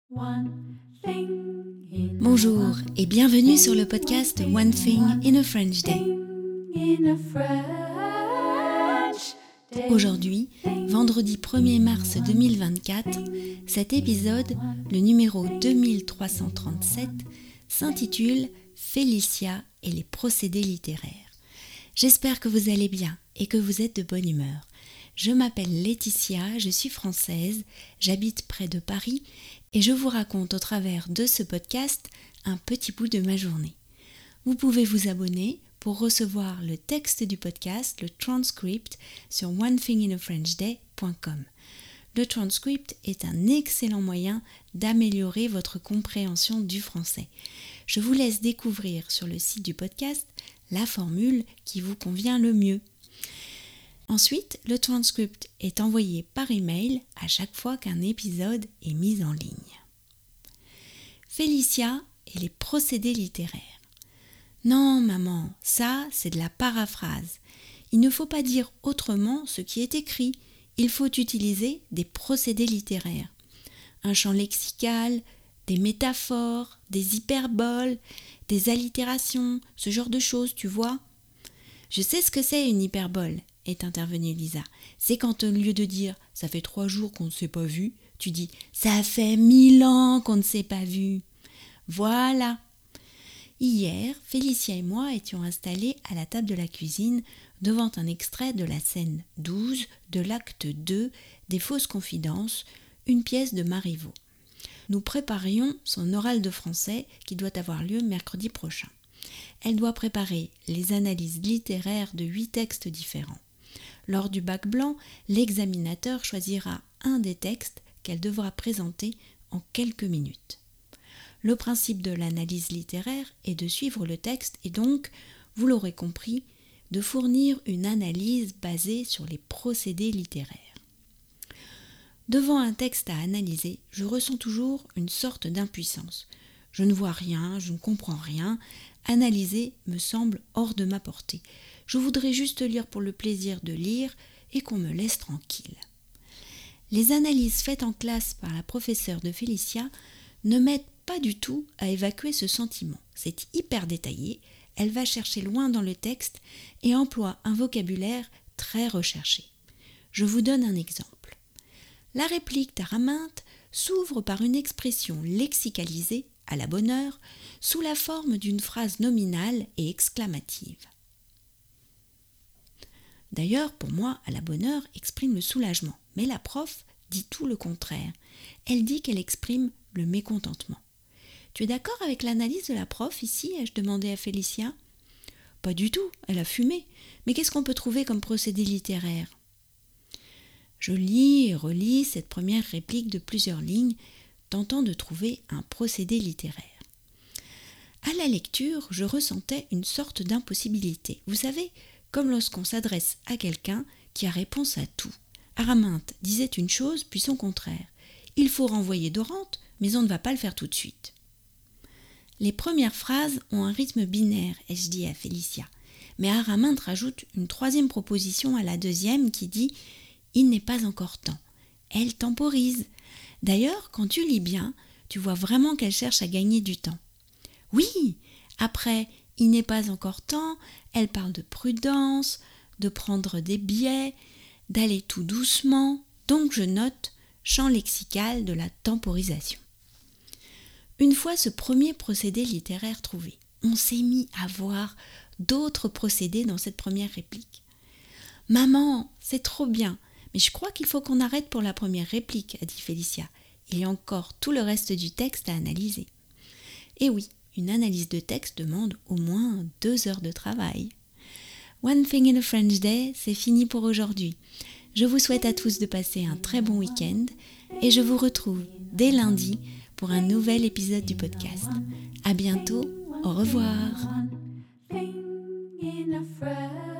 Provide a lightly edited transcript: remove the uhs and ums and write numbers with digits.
Bonjour et bienvenue sur le podcast One Thing in a French Day. Aujourd'hui, vendredi 1er mars 2024, cet épisode, le numéro 2337, s'intitule Félicia et les procédés littéraires. J'espère que vous allez bien et que vous êtes de bonne humeur. Je m'appelle Laetitia, je suis française, j'habite près de Paris et je vous raconte au travers de ce podcast un petit bout de ma journée. Vous pouvez vous abonner pour recevoir le texte du podcast, le transcript, sur onethinginafrenchday.com. Le transcript est un excellent moyen d'améliorer votre compréhension du français. Je vous laisse découvrir sur le site du podcast la formule qui vous convient le mieux. Ensuite, le transcript est envoyé par email à chaque fois qu'un épisode est mis en ligne. Félicia et les procédés littéraires. Non, maman, ça, c'est de la paraphrase. Il ne faut pas dire autrement ce qui est écrit. Il faut utiliser des procédés littéraires. Un champ lexical, des métaphores, des hyperboles, des allitérations, ce genre de choses, tu vois. Je sais ce que c'est une hyperbole, est intervenue Lisa. C'est quand au lieu de dire « ça fait 3 jours qu'on ne s'est pas vu », tu dis « ça fait 1000 ans qu'on ne s'est pas vu ». Voilà. Hier, Félicia et moi étions installés à la table de la cuisine devant un extrait de la scène 12 de l'acte 2 des Fausses Confidences, une pièce de Marivaux. Nous préparions son oral de français qui doit avoir lieu mercredi prochain. Elle doit préparer les analyses littéraires de 8 textes différents. Lors du bac blanc, l'examinateur choisira un des textes qu'elle devra présenter en quelques minutes. Le principe de l'analyse littéraire est de suivre le texte et donc, vous l'aurez compris, de fournir une analyse basée sur les procédés littéraires. Devant un texte à analyser, je ressens toujours une sorte d'impuissance. Je ne vois rien, je ne comprends rien. Analyser me semble hors de ma portée. Je voudrais juste lire pour le plaisir de lire et qu'on me laisse tranquille. Les analyses faites en classe par la professeure de Félicia ne m'aident pas du tout à évacuer ce sentiment. C'est hyper détaillé, elle va chercher loin dans le texte et emploie un vocabulaire très recherché. Je vous donne un exemple. La réplique d'Araminte s'ouvre par une expression lexicalisée, à la bonne heure, sous la forme d'une phrase nominale et exclamative. D'ailleurs, pour moi, à la bonne heure exprime le soulagement, mais la prof dit tout le contraire. Elle dit qu'elle exprime le mécontentement. Tu es d'accord avec l'analyse de la prof ici ? Ai-je demandé à Félicia. Pas du tout, elle a fumé. Mais qu'est-ce qu'on peut trouver comme procédé littéraire ? Je lis et relis cette première réplique de plusieurs lignes, tentant de trouver un procédé littéraire. À la lecture, je ressentais une sorte d'impossibilité. Vous savez, comme lorsqu'on s'adresse à quelqu'un qui a réponse à tout. Araminte disait une chose, puis son contraire. Il faut renvoyer Dorante, mais on ne va pas le faire tout de suite. Les premières phrases ont un rythme binaire, ai-je dit à Félicia. Mais Araminte rajoute une troisième proposition à la deuxième qui dit « Il n'est pas encore temps ». Elle temporise. D'ailleurs, quand tu lis bien, tu vois vraiment qu'elle cherche à gagner du temps. Oui, après « Il n'est pas encore temps », elle parle de prudence, de prendre des biais, d'aller tout doucement. Donc je note champ lexical de la temporisation. Une fois ce premier procédé littéraire trouvé, on s'est mis à voir d'autres procédés dans cette première réplique. « Maman, c'est trop bien, mais je crois qu'il faut qu'on arrête pour la première réplique, » a dit Félicia. Il y a encore tout le reste du texte à analyser. Et oui, une analyse de texte demande au moins 2 heures de travail. One Thing in a French Day, c'est fini pour aujourd'hui. Je vous souhaite à tous de passer un très bon week-end et je vous retrouve dès lundi pour un nouvel épisode du podcast. À bientôt, au revoir.